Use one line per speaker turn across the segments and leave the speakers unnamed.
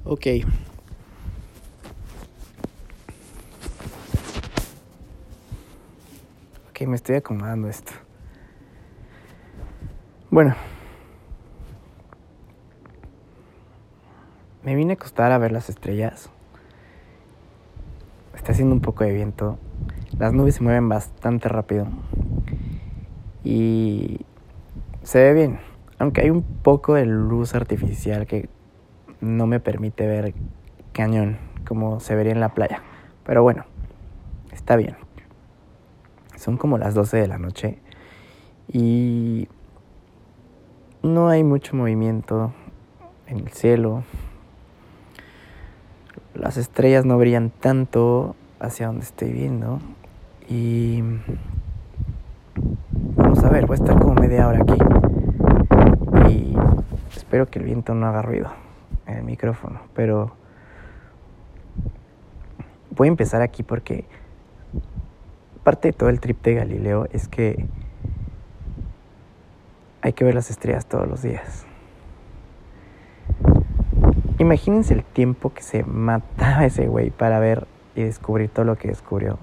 Ok. Ok, me estoy acomodando esto. Bueno. Me vine a acostar a ver las estrellas. Está haciendo un poco de viento. Las nubes se mueven bastante rápido. Y se ve bien. Aunque hay un poco de luz artificial que no me permite ver cañón como se vería en la playa. Pero bueno, está bien. Son como las 12 de la noche y no hay mucho movimiento en el cielo. Las estrellas no brillan tanto hacia donde estoy viendo. Y vamos a ver, voy a estar como media hora aquí. Y espero que el viento no haga ruido en el micrófono. Pero voy a empezar aquí porque parte de todo el trip de Galileo es que hay que ver las estrellas todos los días. Imagínense el tiempo que se mataba ese güey para ver y descubrir todo lo que descubrió.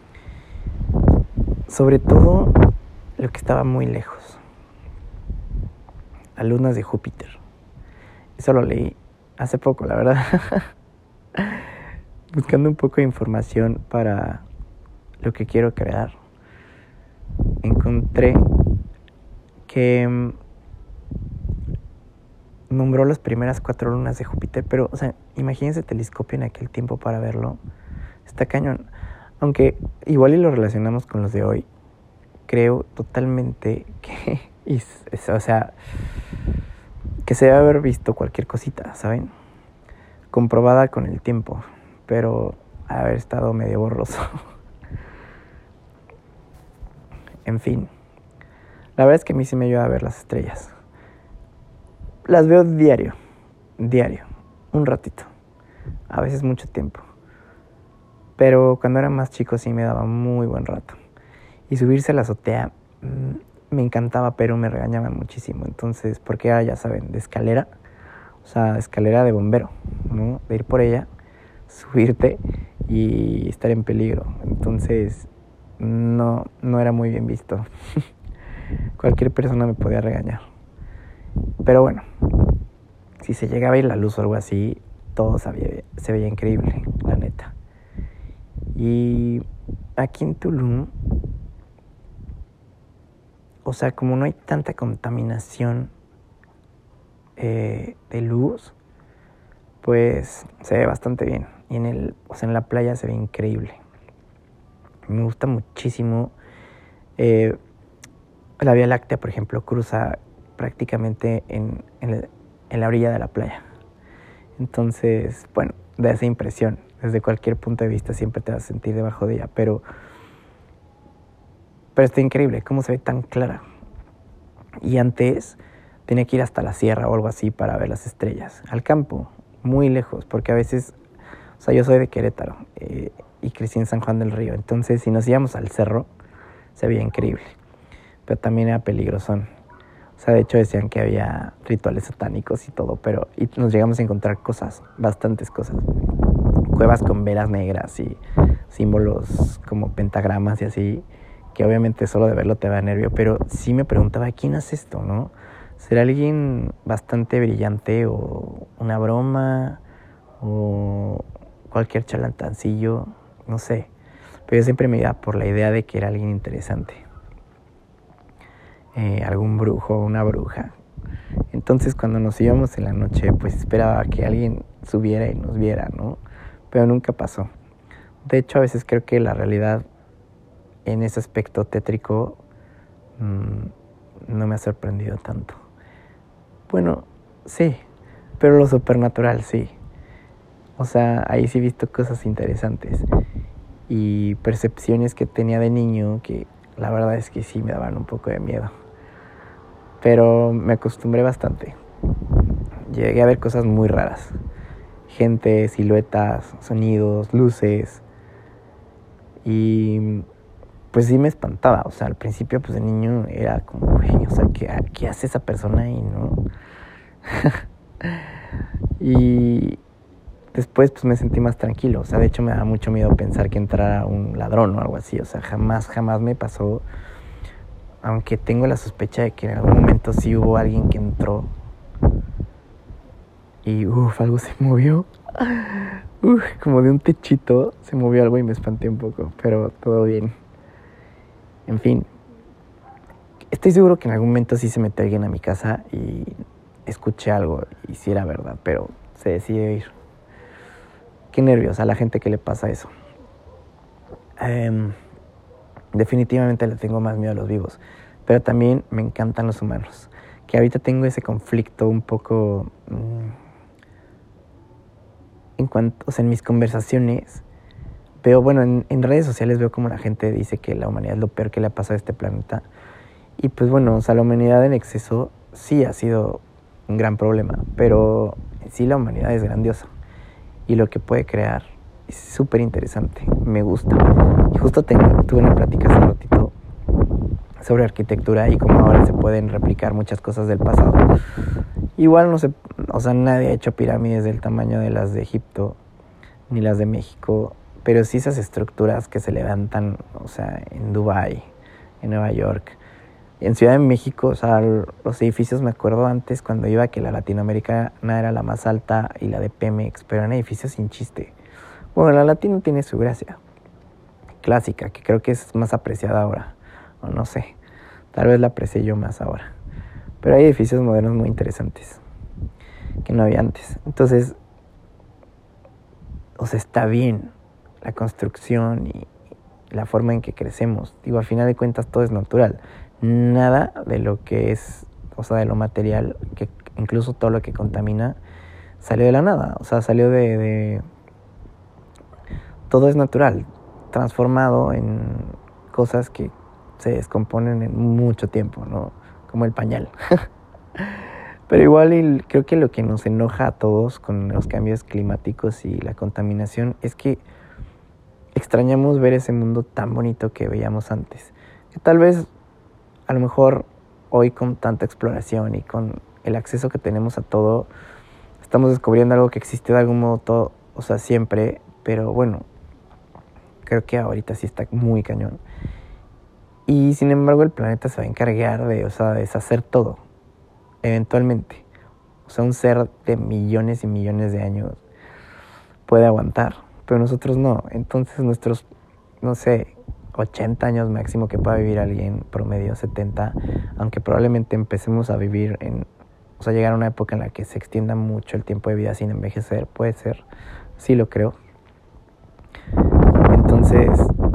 Sobre todo lo que estaba muy lejos. Las lunas de Júpiter. Eso lo leí hace poco, la verdad. Buscando un poco de información para lo que quiero crear. Encontré que nombró las primeras 4 lunas de Júpiter, pero, o sea, imagínense el telescopio en aquel tiempo para verlo. Está cañón. Aunque igual y lo relacionamos con los de hoy, creo totalmente que, o sea, que se debe haber visto cualquier cosita, ¿saben? Comprobada con el tiempo, pero haber estado medio borroso. En fin, la verdad es que a mí sí me ayuda a ver las estrellas. Las veo diario, un ratito, a veces mucho tiempo. Pero cuando era más chico sí me daba muy buen rato. Y subirse a la azotea me encantaba, pero me regañaban muchísimo. Entonces, porque era, ya saben, de escalera, o sea, escalera de bombero, ¿no? De ir por ella, subirte y estar en peligro. Entonces, no era muy bien visto. Cualquier persona me podía regañar. Pero bueno, si se llegaba a ir la luz o algo así, todo se veía increíble, la neta. Y aquí en Tulum, o sea, como no hay tanta contaminación de luz, pues se ve bastante bien. Y en la playa se ve increíble. Me gusta muchísimo. La Vía Láctea, por ejemplo, cruza prácticamente en la orilla de la playa. Entonces, bueno, da esa impresión. Desde cualquier punto de vista siempre te vas a sentir debajo de ella. Pero está increíble cómo se ve tan clara. Y antes tenía que ir hasta la sierra o algo así para ver las estrellas. Al campo, muy lejos, porque a veces, o sea, yo soy de Querétaro y crecí en San Juan del Río. Entonces, si nos íbamos al cerro, se veía increíble. Pero también era peligrosón. O sea, de hecho decían que había rituales satánicos y todo, y nos llegamos a encontrar cosas, bastantes cosas. Cuevas con velas negras y símbolos como pentagramas y así, que obviamente solo de verlo te da nervio, pero sí me preguntaba, ¿quién hace esto, no? ¿Será alguien bastante brillante o una broma o cualquier charlatancillo? No sé, pero yo siempre me iba por la idea de que era alguien interesante. Algún brujo o una bruja. Entonces cuando nos íbamos en la noche, pues esperaba que alguien subiera y nos viera, ¿no? Pero nunca pasó. De hecho, a veces creo que la realidad en ese aspecto tétrico no me ha sorprendido tanto. Bueno, sí, pero lo supernatural sí. O sea, ahí sí he visto cosas interesantes y percepciones que tenía de niño que la verdad es que sí me daban un poco de miedo. Pero me acostumbré bastante. Llegué a ver cosas muy raras. Gente, siluetas, sonidos, luces. Y pues sí me espantaba. O sea, al principio pues de niño era como, güey, o sea, ¿qué hace esa persona ahí, no? y después pues me sentí más tranquilo. O sea, de hecho me da mucho miedo pensar que entrara un ladrón o algo así. O sea, jamás me pasó. Aunque tengo la sospecha de que en algún momento sí hubo alguien que entró y algo se movió. Como de un techito se movió algo y me espanté un poco, pero todo bien. En fin, estoy seguro que en algún momento sí se metió alguien a mi casa y escuché algo y sí era verdad, pero se decidió ir. Qué nervios a la gente que le pasa eso. Definitivamente le tengo más miedo a los vivos, pero también me encantan los humanos. Que ahorita tengo ese conflicto un poco en mis conversaciones veo, bueno, en redes sociales veo como la gente dice que la humanidad es lo peor que le ha pasado a este planeta. Y pues bueno, o sea, la humanidad en exceso sí ha sido un gran problema, pero en sí la humanidad es grandiosa y lo que puede crear es súper interesante, me gusta. Y justo tuve una plática hace ratito sobre arquitectura y cómo ahora se pueden replicar muchas cosas del pasado. Igual no sé, o sea, nadie ha hecho pirámides del tamaño de las de Egipto ni las de México, pero sí esas estructuras que se levantan, o sea, en Dubái, en Nueva York, en Ciudad de México, o sea, los edificios, me acuerdo antes cuando iba que la latinoamericana era la más alta y la de Pemex, pero eran edificios sin chiste. Bueno, la Latino tiene su gracia clásica, que creo que es más apreciada ahora, o no sé, tal vez la aprecié yo más ahora. Pero hay edificios modernos muy interesantes que no había antes. Entonces, o sea, está bien la construcción y la forma en que crecemos. Digo, al final de cuentas todo es natural. Nada de lo que es, o sea, de lo material, que incluso todo lo que contamina, salió de la nada. O sea, salió de todo es natural, transformado en cosas que se descomponen en mucho tiempo, ¿no? Como el pañal. Pero igual creo que lo que nos enoja a todos con los cambios climáticos y la contaminación es que extrañamos ver ese mundo tan bonito que veíamos antes. Que tal vez, a lo mejor, hoy con tanta exploración y con el acceso que tenemos a todo, estamos descubriendo algo que existió de algún modo todo, o sea, siempre, pero bueno, creo que ahorita sí está muy cañón. Y sin embargo el planeta se va a encargar de, o sea, de deshacer todo, eventualmente. O sea, un ser de millones y millones de años puede aguantar, pero nosotros no. Entonces nuestros, no sé, 80 años máximo que pueda vivir alguien, promedio 70, aunque probablemente empecemos a vivir o sea, llegar a una época en la que se extienda mucho el tiempo de vida sin envejecer, puede ser, sí lo creo. Entonces,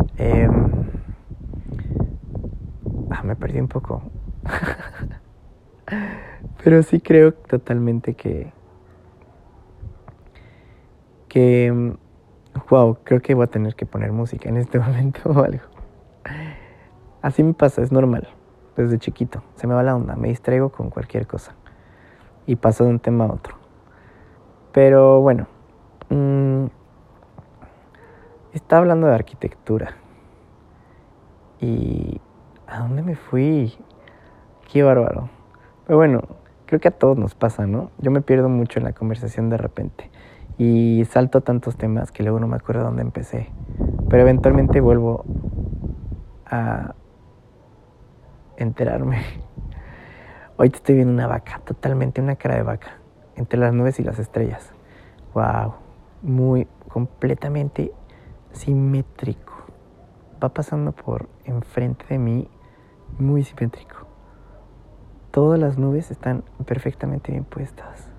me perdí un poco. Pero sí creo totalmente que wow, creo que voy a tener que poner música en este momento o algo. Así me pasa, es normal. Desde chiquito, se me va la onda, me distraigo con cualquier cosa. Y paso de un tema a otro. Pero bueno, estaba hablando de arquitectura. Y ¿a dónde me fui? Qué bárbaro. Pero bueno, creo que a todos nos pasa, ¿no? Yo me pierdo mucho en la conversación de repente. Y salto tantos temas que luego no me acuerdo dónde empecé. Pero eventualmente vuelvo a enterarme. Hoy te estoy viendo una vaca, totalmente una cara de vaca, entre las nubes y las estrellas. Wow, muy, completamente simétrico. Va pasando por enfrente de mí, muy simétrico. Todas las nubes están perfectamente bien puestas.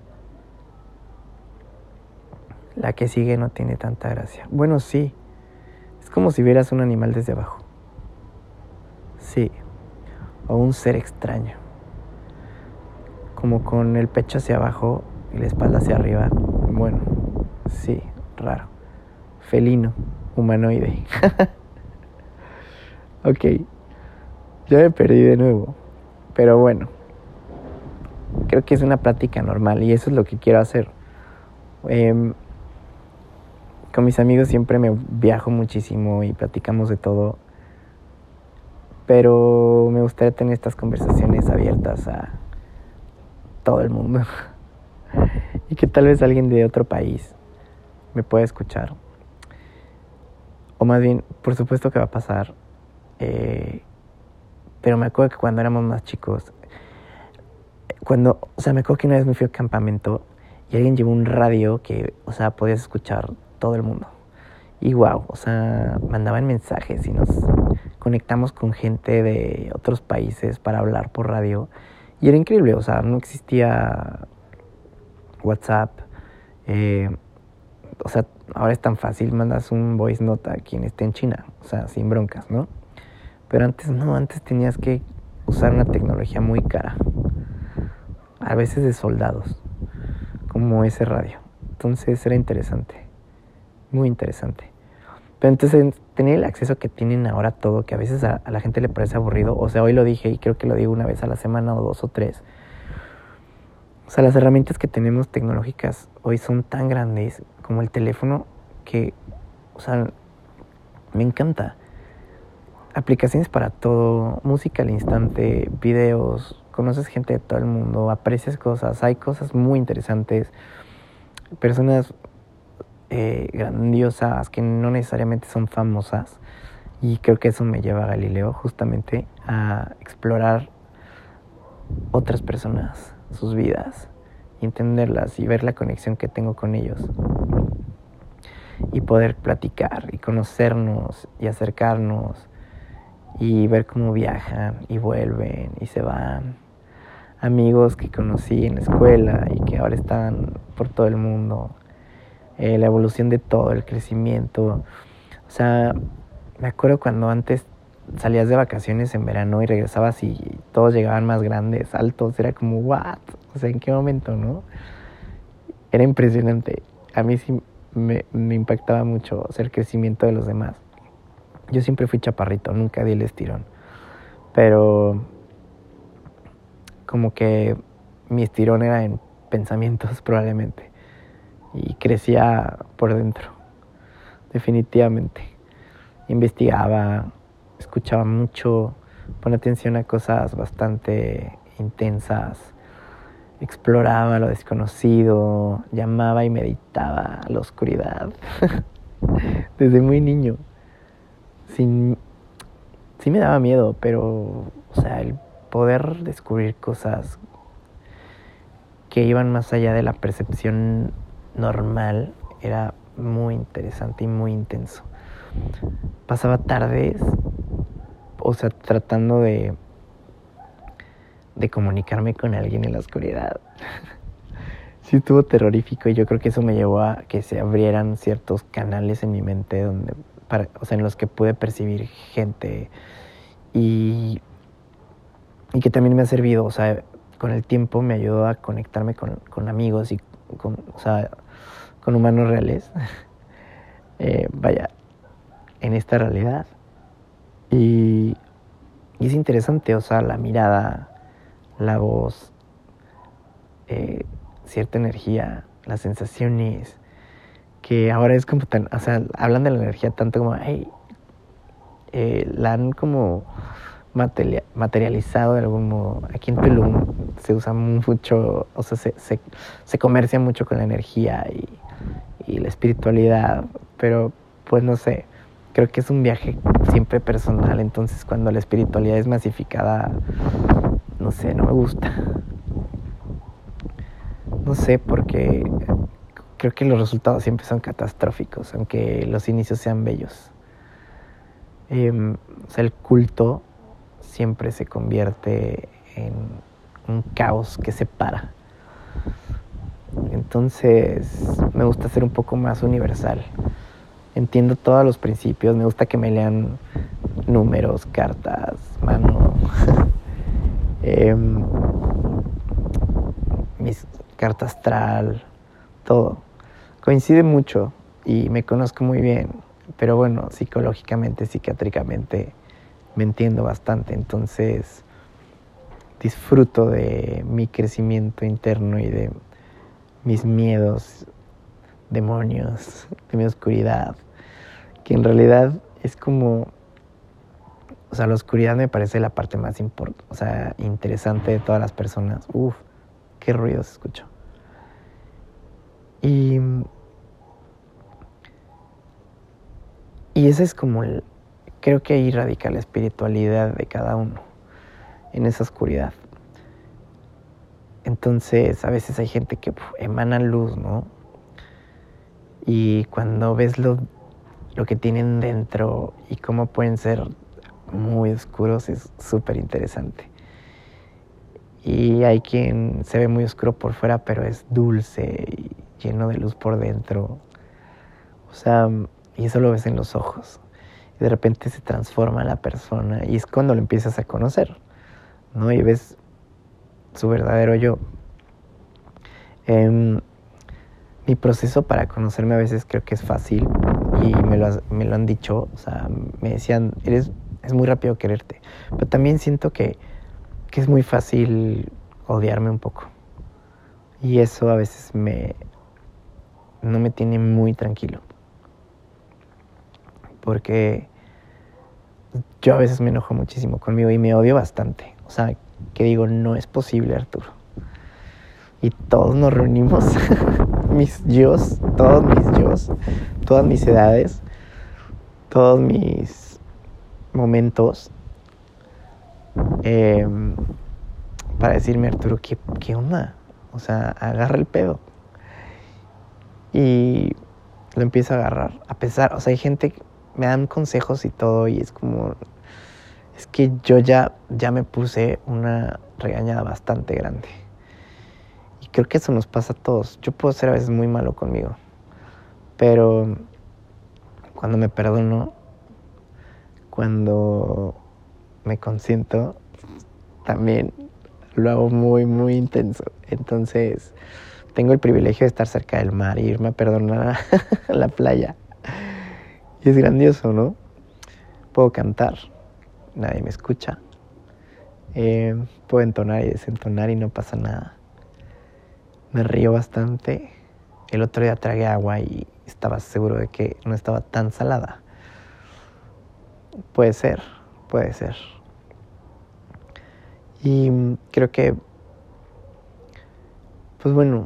La que sigue no tiene tanta gracia. Bueno, sí, es como si vieras un animal desde abajo. Sí, o un ser extraño. Como con el pecho hacia abajo y la espalda hacia arriba. Bueno, sí, raro. Felino, humanoide. Ok, ya me perdí de nuevo. Pero bueno, creo que es una plática normal y eso es lo que quiero hacer. Con mis amigos siempre me viajo muchísimo y platicamos de todo. Pero me gustaría tener estas conversaciones abiertas a todo el mundo. Y que tal vez alguien de otro país me puede escuchar. O más bien, por supuesto que va a pasar. Pero me acuerdo que cuando éramos más chicos, me acuerdo que una vez me fui al campamento y alguien llevó un radio que, podías escuchar todo el mundo. Y wow, mandaban mensajes y nos conectamos con gente de otros países para hablar por radio. Y era increíble, no existía WhatsApp. Ahora es tan fácil, mandas un voice note a quien esté en China, sin broncas, ¿no? Pero antes no, antes tenías que usar una tecnología muy cara, a veces de soldados, como ese radio. Entonces era interesante, muy interesante. Pero entonces tener el acceso que tienen ahora todo, que a veces a la gente le parece aburrido, hoy lo dije y creo que lo digo una vez a la semana o 2 o 3. Las herramientas que tenemos tecnológicas hoy son tan grandes como el teléfono que, me encanta. Aplicaciones para todo, música al instante, videos, conoces gente de todo el mundo, aprecias cosas, hay cosas muy interesantes, personas grandiosas que no necesariamente son famosas, y creo que eso me lleva a Galileo justamente a explorar otras personas, sus vidas, y entenderlas y ver la conexión que tengo con ellos y poder platicar y conocernos y acercarnos y ver cómo viajan y vuelven y se van. Amigos que conocí en la escuela y que ahora están por todo el mundo. La evolución de todo, el crecimiento. Me acuerdo cuando antes salías de vacaciones en verano y regresabas y todos llegaban más grandes, altos. Era como, ¿what? ¿En qué momento, no? Era impresionante. A mí sí me impactaba mucho el crecimiento de los demás. Yo siempre fui chaparrito, nunca di el estirón. Pero como que mi estirón era en pensamientos probablemente. Y crecía por dentro, definitivamente. Investigaba, escuchaba mucho, ponía atención a cosas bastante intensas. Exploraba lo desconocido, llamaba y meditaba a la oscuridad. Desde muy niño. Sí me daba miedo, pero, el poder descubrir cosas que iban más allá de la percepción normal era muy interesante y muy intenso. Pasaba tardes, tratando de comunicarme con alguien en la oscuridad. Sí estuvo terrorífico y yo creo que eso me llevó a que se abrieran ciertos canales en mi mente en los que pude percibir gente y que también me ha servido, con el tiempo me ayudó a conectarme con amigos y con humanos reales, en esta realidad. Y es interesante, la mirada, la voz, cierta energía, las sensaciones, que ahora es como tan, hablan de la energía tanto como, la han como materializado de algún modo. Aquí en Tulum se usa mucho, se comercia mucho con la energía y la espiritualidad, pero pues no sé, creo que es un viaje siempre personal. Entonces cuando la espiritualidad es masificada, no sé, no me gusta. No sé, porque creo que los resultados siempre son catastróficos, aunque los inicios sean bellos. El culto siempre se convierte en un caos que separa. Entonces me gusta ser un poco más universal. Entiendo todos los principios, me gusta que me lean números, cartas, mano, mis carta astral, todo. Coincide mucho y me conozco muy bien, pero bueno, psicológicamente, psiquiátricamente me entiendo bastante, entonces disfruto de mi crecimiento interno y de mis miedos, demonios, de mi oscuridad, que en realidad es como, la oscuridad me parece la parte más interesante de todas las personas. Qué ruido se escuchó. Y ese es como creo que ahí radica la espiritualidad de cada uno, en esa oscuridad. Entonces, a veces hay gente que emana luz, ¿no? Y cuando ves lo que tienen dentro y cómo pueden ser muy oscuros, es súper interesante. Y hay quien se ve muy oscuro por fuera, pero es dulce y lleno de luz por dentro. O sea, y eso lo ves en los ojos. Y de repente se transforma la persona y es cuando lo empiezas a conocer, ¿no? Y ves su verdadero yo. Mi proceso para conocerme a veces creo que es fácil y me lo han dicho. O sea, me decían, es muy rápido quererte. Pero también siento que es muy fácil odiarme un poco. Y eso a veces no me tiene muy tranquilo. Porque yo a veces me enojo muchísimo conmigo y me odio bastante. O sea, que digo, no es posible, Arturo. Y todos nos reunimos, todos mis yos, todas mis edades, todos mis momentos, para decirme, Arturo, ¿qué onda? O sea, agarra el pedo. Y lo empiezo a agarrar. A pesar, o sea, hay gente que me dan consejos y todo, y es como, es que yo ya me puse una regañada bastante grande. Y creo que eso nos pasa a todos. Yo puedo ser a veces muy malo conmigo, pero cuando me perdono, cuando me consiento, también lo hago muy, muy intenso. Entonces, tengo el privilegio de estar cerca del mar e irme a perdonar a la playa. Y es grandioso, ¿no? Puedo cantar, nadie me escucha. Puedo entonar y desentonar y no pasa nada. Me río bastante. El otro día tragué agua y estaba seguro de que no estaba tan salada. Puede ser. Y creo que, pues bueno,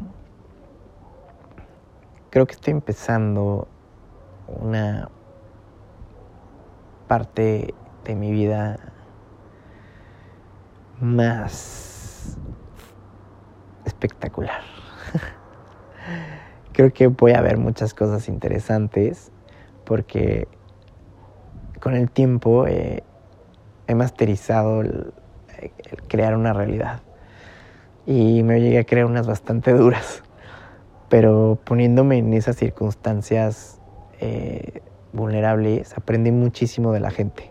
creo que estoy empezando una parte de mi vida más espectacular. Creo que voy a ver muchas cosas interesantes porque con el tiempo he masterizado el crear una realidad y me llegué a crear unas bastante duras, pero poniéndome en esas circunstancias vulnerables aprendí muchísimo de la gente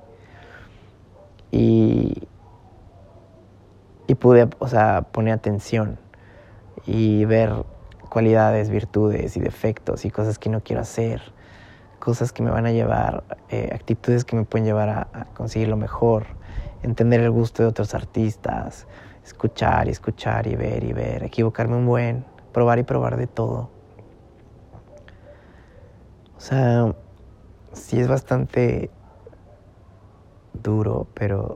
y pude, o sea, poner atención y ver cualidades, virtudes y defectos y cosas que no quiero hacer, cosas que me van a llevar, actitudes que me pueden llevar a conseguir lo mejor, entender el gusto de otros artistas, escuchar y ver, equivocarme un buen, probar y probar de todo. O sea, sí es bastante duro, pero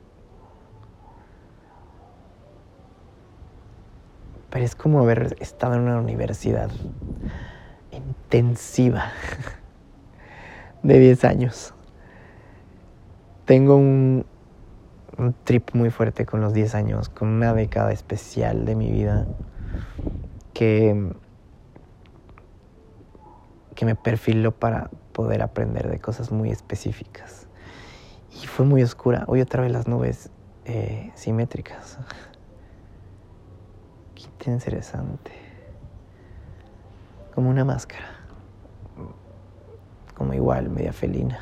es como haber estado en una universidad intensiva de 10 años. Tengo un trip muy fuerte con los 10 años, con una década especial de mi vida que me perfiló para poder aprender de cosas muy específicas. Y fue muy oscura. Hoy otra vez las nubes simétricas. Qué interesante. Como una máscara. Como igual, media felina.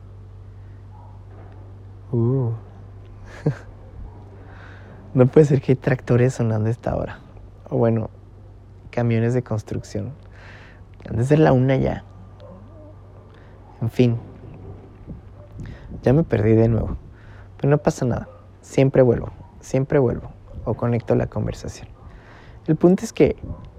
No puede ser que hay tractores sonando a esta hora. O bueno, camiones de construcción. Han de ser la 1 ya. En fin. Ya me perdí de nuevo. Pero no pasa nada. Siempre vuelvo. O conecto la conversación. El punto es que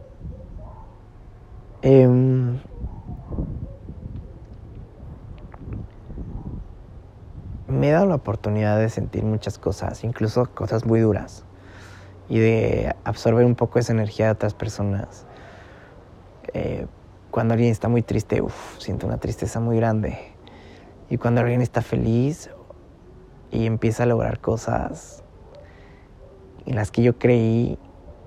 me he dado la oportunidad de sentir muchas cosas, incluso cosas muy duras, y de absorber un poco esa energía de otras personas. Cuando alguien está muy triste, siento una tristeza muy grande. Y cuando alguien está feliz y empieza a lograr cosas en las que yo creí,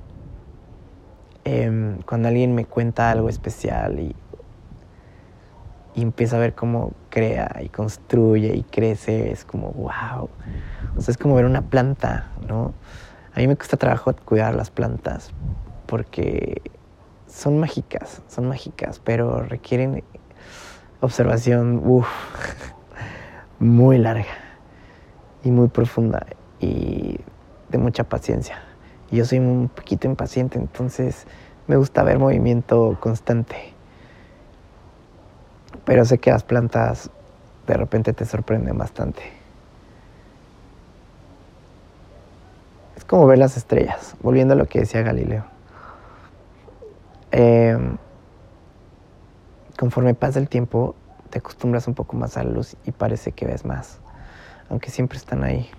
cuando alguien me cuenta algo especial y empieza a ver cómo crea y construye y crece, es como wow. O sea, es como ver una planta, ¿no? A mí me cuesta trabajo cuidar las plantas porque son mágicas, pero requieren observación, muy larga y muy profunda y de mucha paciencia. Y yo soy un poquito impaciente, entonces me gusta ver movimiento constante. Pero sé que las plantas de repente te sorprenden bastante. Es como ver las estrellas, volviendo a lo que decía Galileo. Conforme pasa el tiempo, te acostumbras un poco más a la luz y parece que ves más, aunque siempre están ahí,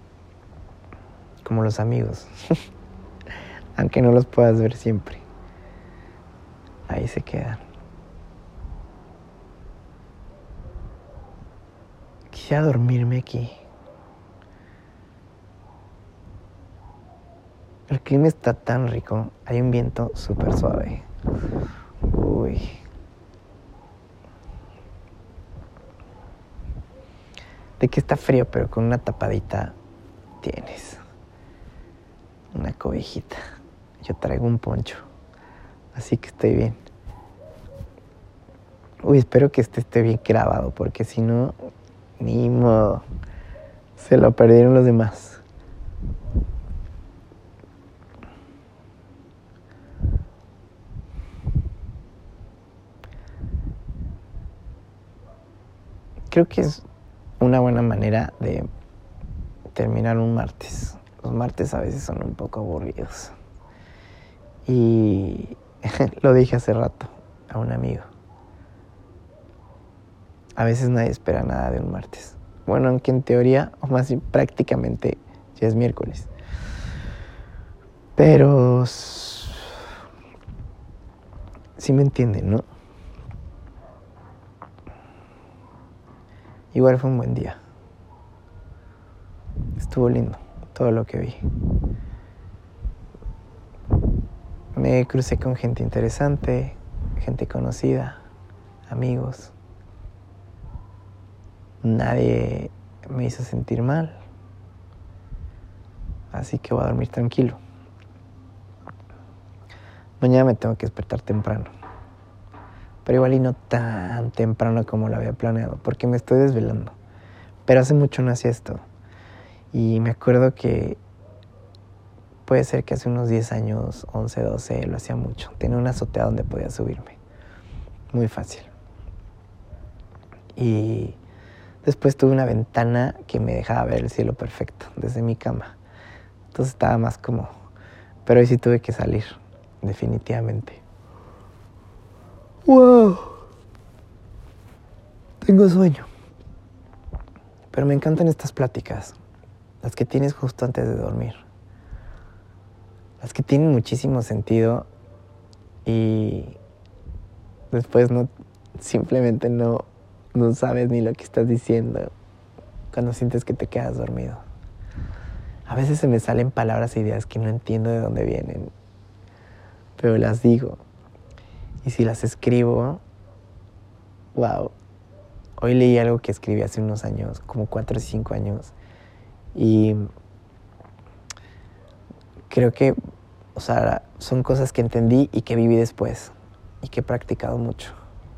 como los amigos, aunque no los puedas ver siempre, ahí se quedan. Quisiera dormirme aquí. El clima está tan rico, hay un viento súper suave. Uy. De que está frío, pero con una tapadita tienes. Una cobijita. Yo traigo un poncho, así que estoy bien. Uy, espero que este esté bien grabado, porque si no, ni modo. Se lo perdieron los demás. Creo que es una buena manera de terminar un martes. Los martes a veces son un poco aburridos. Y lo dije hace rato a un amigo. A veces nadie espera nada de un martes. Bueno, aunque en teoría, o más bien prácticamente, ya es miércoles. Pero sí me entienden, ¿no? Igual fue un buen día. Estuvo lindo todo lo que vi. Me crucé con gente interesante, gente conocida, amigos. Nadie me hizo sentir mal. Así que voy a dormir tranquilo. Mañana me tengo que despertar temprano. Pero igual y no tan temprano como lo había planeado, porque me estoy desvelando. Pero hace mucho no hacía esto. Y me acuerdo que puede ser que hace unos 10 años, 11, 12, lo hacía mucho. Tenía una azotea donde podía subirme. Muy fácil. Y después tuve una ventana que me dejaba ver el cielo perfecto desde mi cama. Entonces estaba más cómodo. Pero hoy sí tuve que salir, definitivamente. ¡Wow! Tengo sueño. Pero me encantan estas pláticas. Las que tienes justo antes de dormir. Las que tienen muchísimo sentido y después simplemente no sabes ni lo que estás diciendo cuando sientes que te quedas dormido. A veces se me salen palabras e ideas que no entiendo de dónde vienen, pero las digo. Y si las escribo, wow. Hoy leí algo que escribí hace unos años, como 4 o 5 años, y creo que, o sea, son cosas que entendí y que viví después y que he practicado mucho.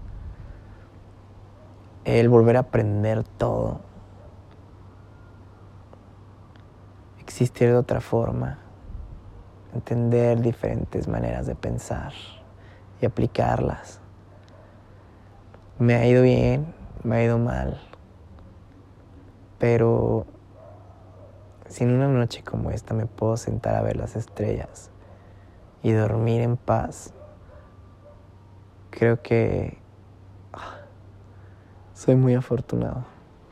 El volver a aprender todo, existir de otra forma, entender diferentes maneras de pensar y aplicarlas. Me ha ido bien, me ha ido mal, pero si en una noche como esta me puedo sentar a ver las estrellas y dormir en paz, creo que soy muy afortunado.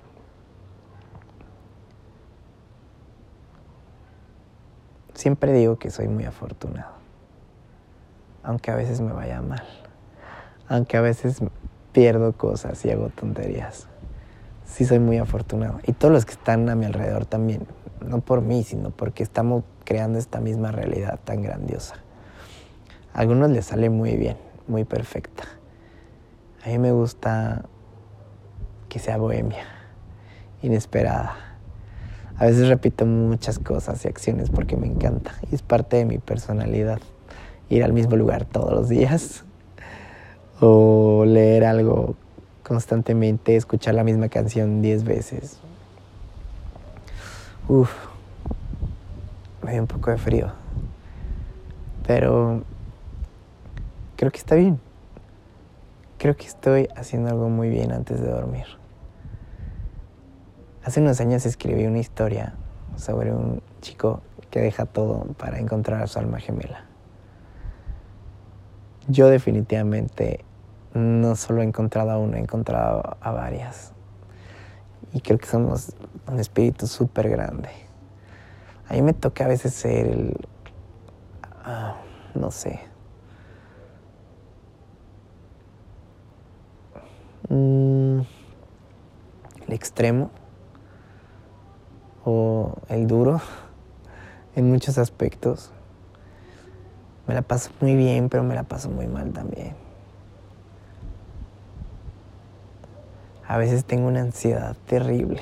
Siempre digo que soy muy afortunado, aunque a veces me vaya mal, aunque a veces pierdo cosas y hago tonterías. Sí soy muy afortunado. Y todos los que están a mi alrededor también. No por mí, sino porque estamos creando esta misma realidad tan grandiosa. A algunos les sale muy bien, muy perfecta. A mí me gusta que sea bohemia, inesperada. A veces repito muchas cosas y acciones porque me encanta. Y es parte de mi personalidad. Ir al mismo lugar todos los días. O leer algo constantemente, escuchar la misma canción 10 veces. Uf, me dio un poco de frío. Pero creo que está bien. Creo que estoy haciendo algo muy bien antes de dormir. Hace unos años escribí una historia sobre un chico que deja todo para encontrar a su alma gemela. Yo definitivamente no solo he encontrado a una, he encontrado a varias. Y creo que somos un espíritu súper grande. A mí me toca a veces ser no sé, el extremo o el duro en muchos aspectos. Me la paso muy bien, pero me la paso muy mal también. A veces tengo una ansiedad terrible.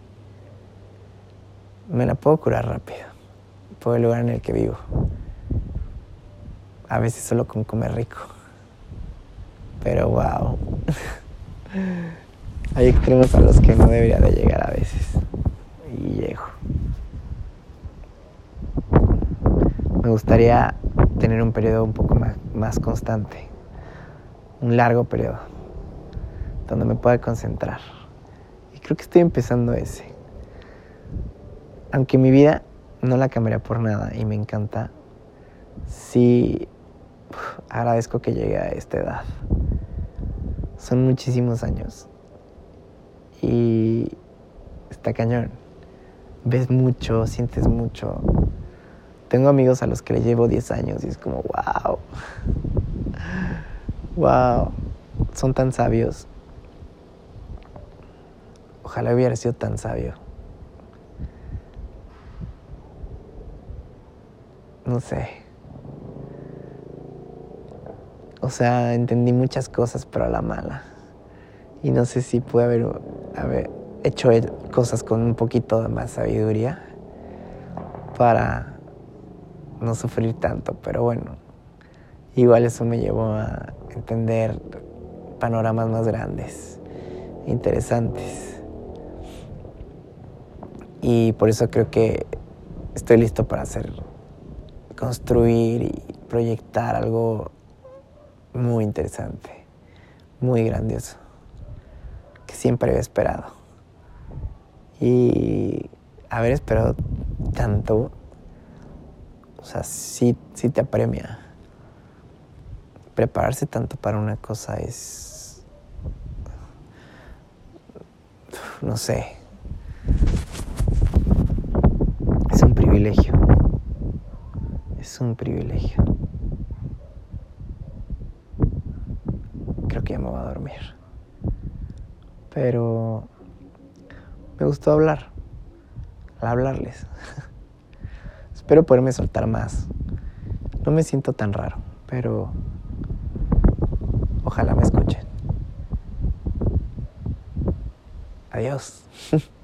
Me la puedo curar rápido por el lugar en el que vivo. A veces solo con comer rico. Pero wow. Hay extremos a los que no debería de llegar a veces. Y llego. Me gustaría tener un periodo un poco más constante. Un largo periodo. Donde me pueda concentrar. Y creo que estoy empezando ese. Aunque mi vida no la cambiaría por nada y me encanta, sí agradezco que llegue a esta edad. Son muchísimos años. Y está cañón. Ves mucho, sientes mucho. Tengo amigos a los que le llevo 10 años y es como, wow. Wow. Son tan sabios. Ojalá hubiera sido tan sabio. No sé. O sea, entendí muchas cosas, pero a la mala. Y no sé si pude haber hecho cosas con un poquito de más sabiduría para no sufrir tanto. Pero bueno, igual eso me llevó a entender panoramas más grandes, interesantes. Y por eso creo que estoy listo para construir y proyectar algo muy interesante, muy grandioso, que siempre había esperado. Y haber esperado tanto, o sea, sí te apremia. Prepararse tanto para una cosa es, no sé, es un privilegio. Es un privilegio. Creo que ya me voy a dormir. Pero me gustó hablarles. Espero poderme soltar más. No me siento tan raro, pero ojalá me escuchen. Adiós.